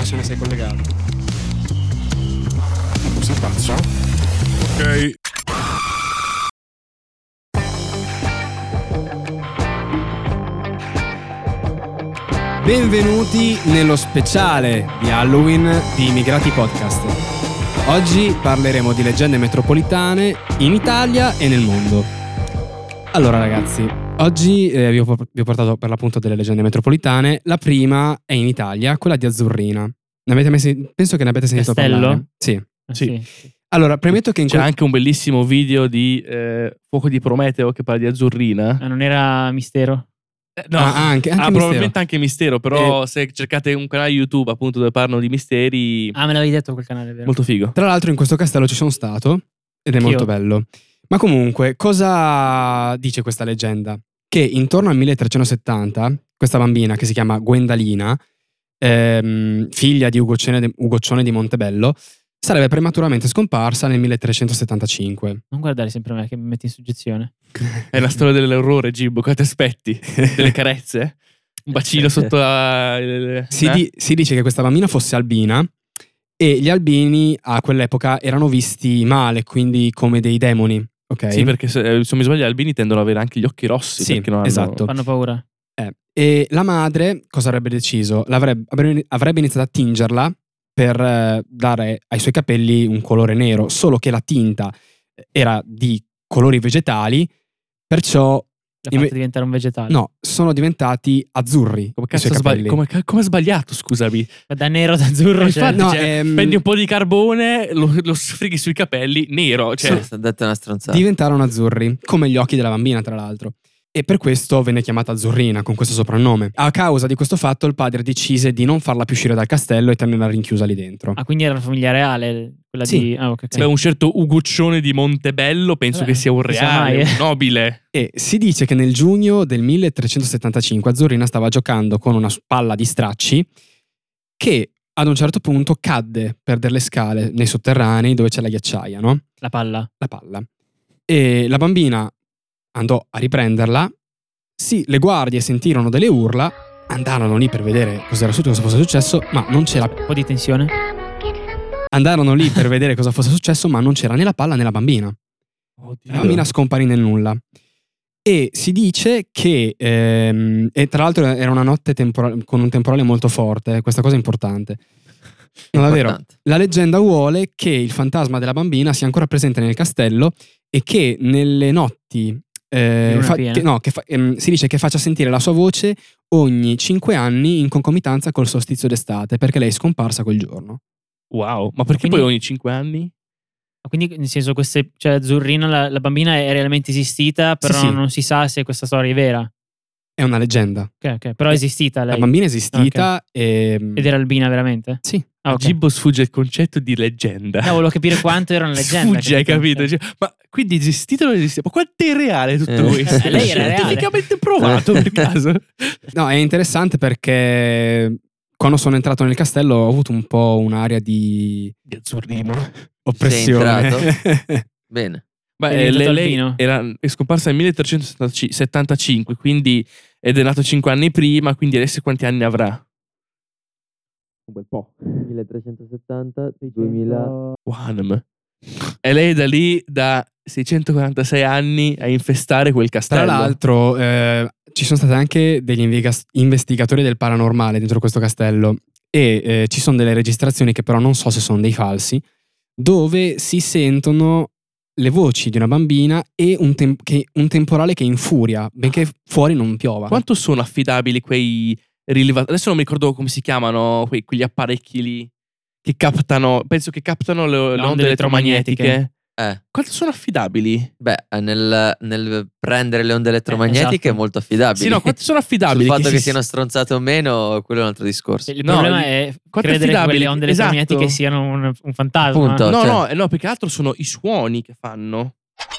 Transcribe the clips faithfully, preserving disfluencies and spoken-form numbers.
ce ne sei collegato. Si faccia. Ok. Benvenuti nello speciale di Halloween di Immigrati Podcast. Oggi parleremo di leggende metropolitane in Italia e nel mondo. Allora ragazzi, oggi eh, vi, ho, vi ho portato per l'appunto delle leggende metropolitane. La prima è in Italia, quella di Azzurrina. Ne avete mai sen- penso che ne abbiate sentito Castello? parlare. Sì. Ah, Sì. sì. Allora, premetto che in C'è quel... anche un bellissimo video di eh, Fuoco di Prometeo che parla di Azzurrina. Ah, non era Mistero? Eh, no, Ah, anche- anche ah, Mistero. probabilmente anche Mistero, però se cercate un canale YouTube appunto dove parlano di misteri, Ah, me l'avevi detto quel canale, vero? molto figo. Tra l'altro in questo castello ci sono stato ed è Anch'io. molto bello. Ma comunque, cosa dice questa leggenda? Che intorno al milletrecentosettanta, questa bambina che si chiama Gwendalina, ehm, figlia di Ugoccione de- Ugoccione di Montebello, sarebbe prematuramente scomparsa nel milletrecentosettantacinque. Non guardare sempre me che mi metti in soggezione. È la storia dell'orrore, Gibbo, cosa ti aspetti? Delle carezze? Un bacino sotto la... eh? Si, di- si dice che questa bambina fosse albina e gli albini a quell'epoca erano visti male, quindi come dei demoni. Ok? Sì, perché se, se non mi sbaglio gli albini tendono ad avere anche gli occhi rossi. Sì, perché non hanno- esatto. Fanno paura. Eh, E la madre cosa avrebbe deciso? L'avrebbe, avrebbe, avrebbe iniziato a tingerla per eh, dare ai suoi capelli un colore nero, solo che la tinta era di colori vegetali, perciò L'ha Inve- fatto diventare un vegetale. no, sono diventati azzurri Come i cazzo suoi ha sbagli- capelli. come, ca- come ha sbagliato, scusami? Da nero ad azzurro, Eh, cioè, infatti, no, cioè, ehm, prendi un po' di carbone, lo, lo sfrighi sui capelli, nero. Cioè, Cioè, sta detto una stronzata. Diventarono azzurri, come gli occhi della bambina tra l'altro. E per questo venne chiamata Azzurrina, con questo soprannome. A causa di questo fatto il padre decise di non farla più uscire dal castello e tenerla rinchiusa lì dentro. Ah, quindi era la famiglia reale, quella Sì. di... Ah, ok, ok. Beh, un certo Uguccione di Montebello penso Eh, che sia un chissà reale, mai, eh. un nobile. E si dice che nel giugno del milletrecentosettantacinque Azzurrina stava giocando con una palla di stracci che ad un certo punto cadde per delle scale nei sotterranei dove c'è la ghiacciaia, no? La palla. La palla. E la bambina andò a riprenderla. Sì, le guardie sentirono delle urla, andarono lì per vedere cosa era successo, cosa fosse successo, ma non c'era. Un po' di tensione. Andarono lì per vedere cosa fosse successo, ma non c'era né la palla né la bambina. Oddio. La bambina scomparì nel nulla. E si dice che, ehm, e tra l'altro era una notte tempora- con un temporale molto forte, questa cosa è importante. No, davvero. Importante. La leggenda vuole che il fantasma della bambina sia ancora presente nel castello e che nelle notti eh, Di luna fa- piena? che- no, che fa- ehm, si dice che faccia sentire la sua voce ogni cinque anni in concomitanza col solstizio d'estate, perché lei è scomparsa quel giorno. Wow, ma perché Quindi- poi ogni cinque anni? Ah, quindi, nel senso, queste, cioè, Azzurrina, la, la bambina è realmente esistita, però sì. non si sa se questa storia è vera. È una leggenda. Ok, ok. Però è esistita lei. La bambina è esistita e... Ed era albina veramente? Sì. Ah, A ok. Gibbo sfugge il concetto di leggenda. No, volevo capire quanto era una leggenda. Sfugge, hai capito? Cioè, ma quindi esistito o non esiste? Ma quanto è reale tutto Eh. questo? Eh, lei era reale. Scientificamente provato per caso. No, è interessante perché quando sono entrato nel castello ho avuto un po' un'aria di Di Azzurrino. oppressione. Bene. Ma È eh, diventato lei, lei albino? era, è scomparsa nel milletrecentosettantacinque, quindi ed è nato cinque anni prima, quindi adesso quanti anni avrà? Un bel po'. milletrecentosettanta, duemila. One. E lei è da lì da seicentoquarantasei anni a infestare quel Tra castello. l'altro eh, ci sono stati anche degli inviga- investigatori del paranormale dentro questo castello e eh, ci sono delle registrazioni che però non so se sono dei falsi, dove si sentono le voci di una bambina e un, tem- che- un temporale che infuria, benché fuori non piova. Quanto sono affidabili quei rilevatori? Adesso non mi ricordo come si chiamano, quei- quegli apparecchi lì che captano, penso che captano le, le onde, onde elettromagnetiche. elettromagnetiche. Eh, Quanto sono affidabili? beh, nel, nel prendere le onde elettromagnetiche esatto. è molto affidabile. Sì, no, quanto sono affidabili? Sul fatto che, si- siano stronzate o meno, quello è un altro discorso. Il No, problema di- è quanto è credere che affidabile? quelle onde Esatto. elettromagnetiche siano un, un fantasma. Appunto. No, cioè- no, eh, no, più che altro sono i suoni che fanno.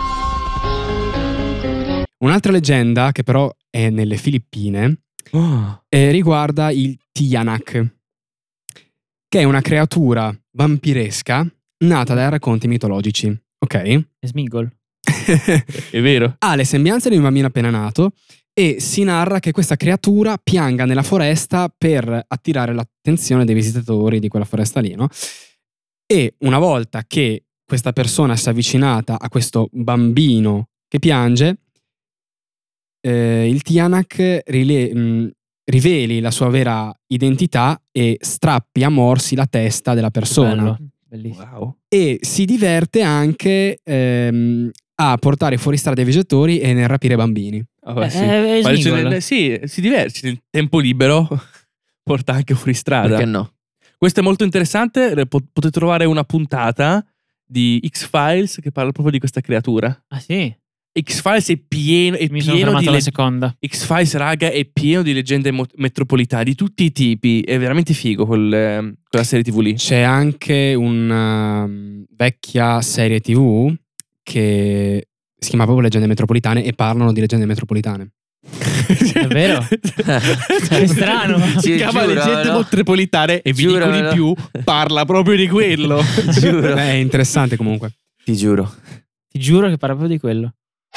Un'altra leggenda, che però è nelle Filippine, eh, riguarda il Tiyanak, che è una creatura vampiresca nata dai racconti mitologici. Ok? È Smigol. È vero. Ha le sembianze di un bambino appena nato e si narra che questa creatura pianga nella foresta per attirare l'attenzione dei visitatori di quella foresta lì, no? E una volta che questa persona si è avvicinata a questo bambino che piange, eh, il Tianak rile- mh, riveli la sua vera identità e strappi a morsi la testa della persona. Bello. Bellissimo. Wow. E si diverte anche ehm, a portare fuori strada i viaggiatori e nel rapire bambini. Ah, beh, Eh, sì. eh, Ma Smigol. dice- sì, si diverte. Nel tempo libero porta anche fuori strada. Perché no? Questo è molto interessante. eh, pot- Potete trovare una puntata di X-Files che parla proprio di questa creatura. Ah sì? X-Files è pieno, è Mi sono pieno fermato di alla le- seconda. X-Files, raga, è pieno di leggende mo- metropolitane di tutti i tipi. È veramente figo quel, eh, quella serie tivù lì. C'è anche una um, vecchia serie tivù che si chiama proprio Leggende Metropolitane e parlano di leggende metropolitane. Davvero? È strano. Si Sì, chiama giuro, Leggende no? Metropolitane e vi dico di Giuro, più, parla proprio di quello. Giuro. Beh, è interessante comunque. Ti giuro. Ti giuro che parla proprio di quello.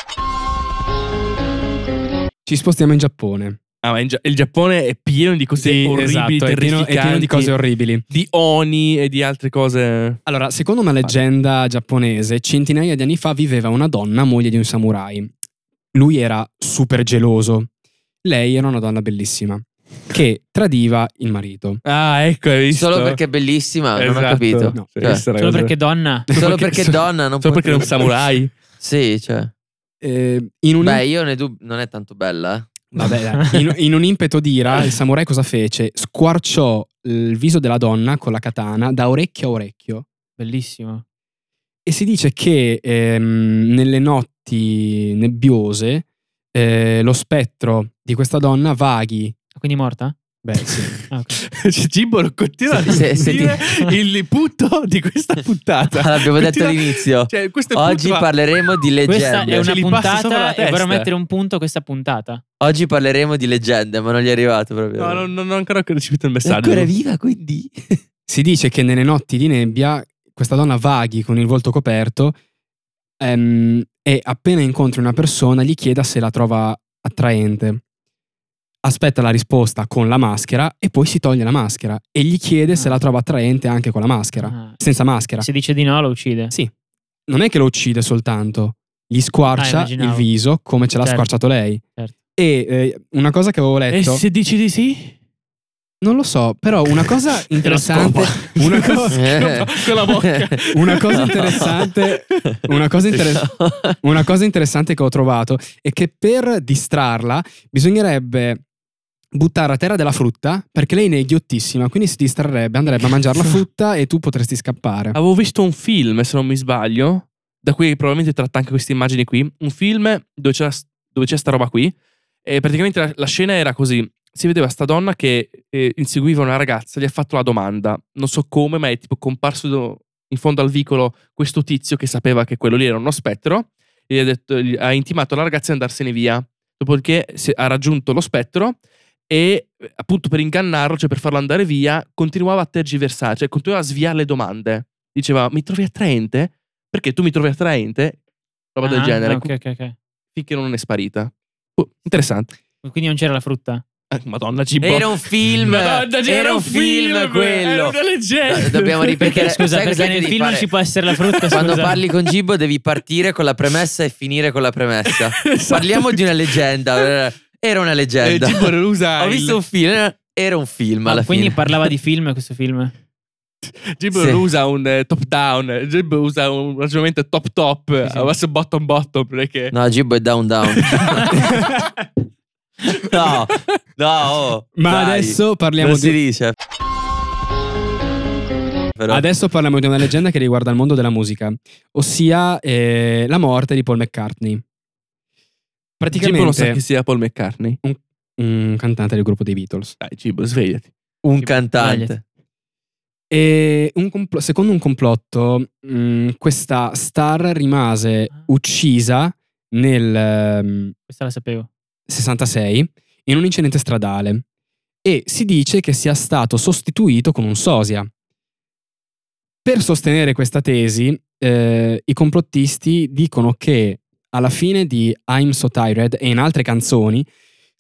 Ci spostiamo in Giappone. Ah, ma in Gia- il Giappone è pieno di cose Sì, orribili, esatto, è pieno, terrificanti, è pieno di cose orribili. di oni e di altre cose. Allora, secondo una leggenda giapponese, centinaia di anni fa viveva una donna, moglie di un samurai. Lui era super geloso. Lei era una donna bellissima, che tradiva il marito. Ah, ecco, hai visto? Solo perché è bellissima, non ho Esatto. capito. No. Hai Cioè, visto, Solo ragazzi? perché donna. Solo perché- perché donna, non Solo può perché è un più. samurai. Sì, cioè. Eh, in, un Beh, io ne dub- non è tanto bella, eh. vabbè, dai. In, in un impeto d'ira, il samurai cosa fece? Squarciò il viso della donna con la katana da orecchio a orecchio. Bellissimo. E si dice che ehm, nelle notti nebbiose eh, lo spettro di questa donna vaghi. Quindi morta? Beh, sì. Ah, ok. Cioè, Gibbo continua a Se- se dire il punto di questa puntata. L'abbiamo detto Continua- all'inizio. Cioè, questo è il Oggi punto, ma- parleremo di Questa leggende. è una Ce li passa sopra la puntata e vorrei testa. mettere un punto a questa puntata. Oggi parleremo di leggende, ma non gli è arrivato proprio. No, non, non ho ancora ricevuto il È messaggio. ancora viva, quindi. Si dice che nelle notti di nebbia questa donna vaghi con il volto coperto ehm, e appena incontri una persona gli chieda se la trova attraente. Aspetta la risposta con la maschera e poi si toglie la maschera e gli chiede se la trova attraente anche con la maschera, Ah. senza maschera. Se dice di no, lo uccide. Sì, non è che lo uccide soltanto, gli Ah, squarcia il immaginavo. viso come ce l'ha Certo. squarciato lei. Certo. E eh, una cosa che avevo E letto, se dici di sì? non lo so, però una cosa interessante, scopa. una cosa, Eh. Con la bocca. una cosa interessante, una cosa, inter- una cosa interessante che ho trovato è che per distrarla bisognerebbe buttare a terra della frutta perché lei ne è ghiottissima, quindi si distrarrebbe, andrebbe a mangiare la frutta e tu potresti scappare. Avevo visto un film, se non mi sbaglio, da cui probabilmente tratta anche queste immagini qui. Un film dove c'è, dove c'è sta roba qui. E praticamente la, la scena era così. Si vedeva sta donna che eh, inseguiva una ragazza, gli ha fatto la domanda. Non so come, ma è tipo comparso do- in fondo al vicolo questo tizio che sapeva che quello lì era uno spettro. E gli ha, detto, gli ha intimato alla ragazza di andarsene via. Dopodiché si- ha raggiunto lo spettro. E appunto per ingannarlo, cioè per farlo andare via, continuava a tergiversare, cioè continuava a sviare le domande. Diceva, mi trovi attraente? Perché tu mi trovi attraente? Roba del Ah, genere. ok, ok, ok. Finché non è sparita. Oh, interessante. Quindi non c'era la frutta? Eh, Madonna, Gibbo. Era un film. Madonna, c'era Era un film quello. Era una leggenda. Dobbiamo ripetere. Scusa, sai perché cos'è che nel devi film fare? non ci può essere la frutta. Quando scusa. parli con Gibbo devi partire con la premessa e finire con la premessa. Esatto. Parliamo di una leggenda. Era una Eh, leggenda. Gibbo usa Ho il- visto un film. Era un film Ah, alla quindi fine. parlava di film questo film? Gibbo Sì. usa un eh, top down. Gibbo usa un ragionamento top top. Sì, sì. Adesso bottom bottom perché... No, Gibbo è down down. No, no. Oh, Ma dai. adesso parliamo Non si di dice. Però. Adesso parliamo di una leggenda che riguarda il mondo della musica, ossia eh, la morte di Paul McCartney. Gibbo non sa Praticamente chi sia Paul McCartney. un cantante del gruppo dei Beatles. Dai, Gibbo, svegliati. Un Sì, cantante. E un compl- secondo un complotto, mh, questa star rimase uccisa nel ehm, Questa la sapevo. sessantasei in un incidente stradale e si dice che sia stato sostituito con un sosia. Per sostenere questa tesi, eh, i complottisti dicono che alla fine di I'm So Tired e in altre canzoni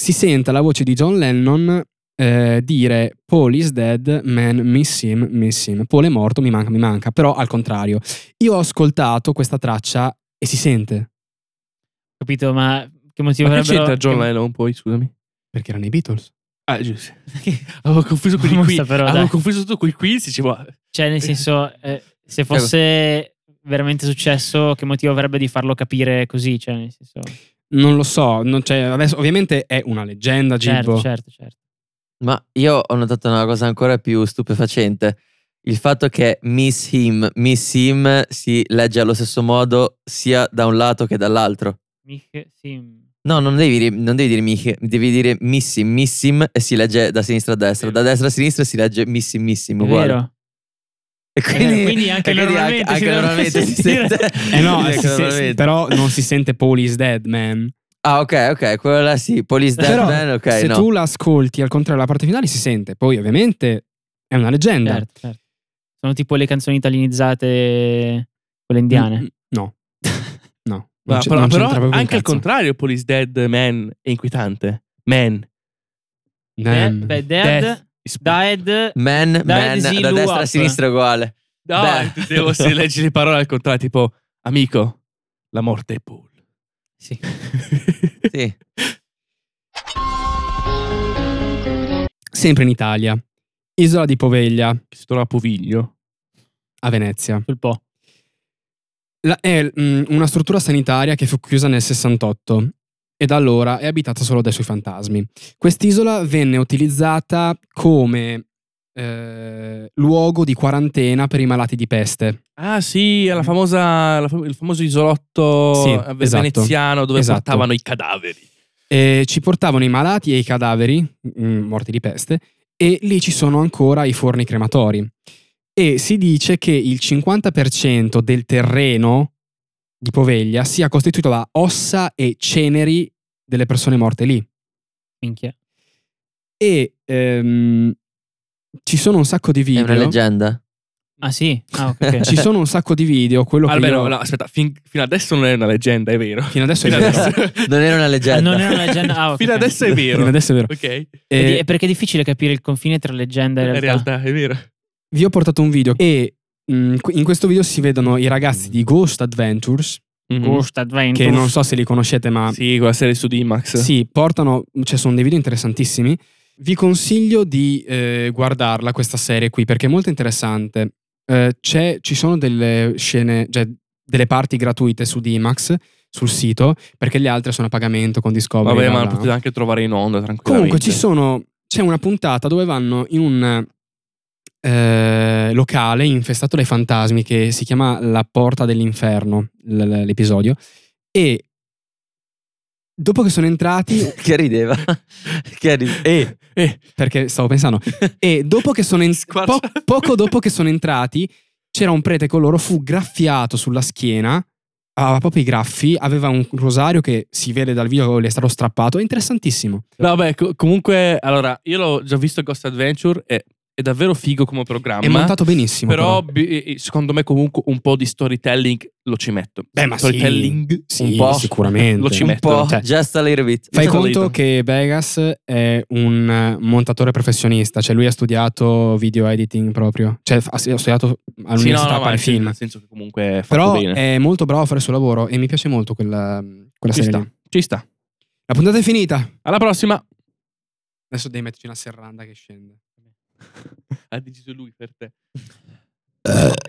si sente la voce di John Lennon eh, dire Paul is dead, man, miss him, miss him. Paul è morto, mi manca, mi manca. Però al contrario. Io ho ascoltato questa traccia e si sente. Capito, ma che motivo Ma che avrebbero... c'entra John che- Lennon poi, scusami? Perché erano i Beatles. Ah, giusto. Avevo confuso con i Come quiz. sta però, Avevo dai. confuso tutto con i quiz, dicevo... Cioè, nel senso, eh, se fosse veramente successo, che motivo avrebbe di farlo capire così? Cioè, nel senso... Non lo so. Non c'è, adesso, ovviamente è una leggenda, Gibbo. Certo, certo, certo. Ma io ho notato una cosa ancora più stupefacente. Il fatto che Miss Him, Miss Him si legge allo stesso modo sia da un lato che dall'altro. Mich Sim. No, non devi, dire- non devi dire Mich, devi dire Missim, Missim e si legge da sinistra a destra. Da destra a sinistra si legge Missim, Missim, È uguale. vero? E quindi, quindi anche e quindi normalmente anche, si anche deve normalmente si sentire. sente. Eh no, Anche si- si- normalmente. però non si sente Paul is dead, man. Ah, ok, ok, quello là sì. Police Dead Però Man, ok, se no. tu l'ascolti al contrario la parte finale si sente. Poi ovviamente è una leggenda. Certo, certo. Sono tipo le canzoni italianizzate, quelle indiane. Mm, No. No. Ma Non c'è- però non però c'entra proprio un anche al cazzo. contrario, Police Dead Man è inquietante. Man. Man. De- beh, dead, Death is- died, Man, Dai, man, sì, da lu destra a up. sinistra è uguale. No, Beh. devo se leggi le parole al contrario, tipo amico, la morte è Paul. sì. Sì. Sempre in Italia. Isola di Poveglia, Che si trova a Poviglio. a Venezia. Sul po'. La- è mm, una struttura sanitaria che fu chiusa nel sessantotto e da allora è abitata solo dai suoi fantasmi. Quest'isola venne utilizzata come eh, luogo di quarantena per i malati di peste. Ah sì, è la famosa, la fam- il famoso isolotto Sì, eh, esatto. veneziano dove Esatto. portavano i cadaveri. E ci portavano i malati e i cadaveri mm, morti di peste e lì ci sono ancora i forni crematori. E si dice che il cinquanta per cento del terreno di Poveglia sia costituito da ossa e ceneri delle persone morte lì. Minchia. E ehm, ci sono un sacco di È video. una leggenda. Ah sì? Ah, ok. ok. Ci sono un sacco di video. Quello che Almeno, io- no, aspetta, fin- fino adesso non è una leggenda, è vero. Fino adesso è Fino vero. adesso, Non era una Ah, leggenda. non è una leggenda. Ah, ok. fino adesso è vero. Fino adesso è vero. Ok, E Vedi, è perché è difficile capire il confine tra leggenda e in realtà. realtà è vero. vi ho portato un video e mh, in questo video si vedono i ragazzi di Ghost Adventures, Ghost Adventure. che non so se li conoscete, ma Sì, quella serie su D-Max. sì, portano, cioè sono dei video interessantissimi. Vi consiglio di eh, guardarla questa serie qui perché è molto interessante. Eh, c'è, ci sono delle scene, cioè delle parti gratuite su D-Max sul sito perché le altre sono a pagamento con Discovery. Vabbè, bla, ma bla. lo potete anche trovare in onda tranquillamente. Comunque ci sono, c'è una puntata dove vanno in un eh, locale infestato dai fantasmi che si chiama La Porta dell'Inferno, l- l'episodio, e dopo che sono entrati, Che rideva. Che rideva. e eh, perché stavo pensando, e dopo che sono en- Squarcia- po- poco dopo che sono entrati c'era un prete con loro, fu graffiato sulla schiena, aveva proprio i graffi, aveva un rosario che si vede dal video che le è stato strappato, è interessantissimo. No, vabbè, co- comunque, allora, io l'ho già visto Ghost Adventure e è davvero figo come programma. È montato benissimo. Però, bi- secondo me, comunque un po' di storytelling lo ci metto. Beh, ma sì. storytelling Sì, un po'. sicuramente. Lo ci Un metto. po', Cioè, just a little bit. Fai Just a conto little. che Vegas è un eh, montatore professionista, cioè lui ha studiato video editing proprio, cioè ha ha studiato Sì, all'università no, no, a ma fare nel film. nel senso che comunque è fatto Però bene. è molto bravo a fare il suo lavoro e mi piace molto quella, quella Ci serie sta, lì. ci sta. La puntata è finita. Alla prossima. Adesso devi metterci una serranda che scende. Ha deciso lui per te.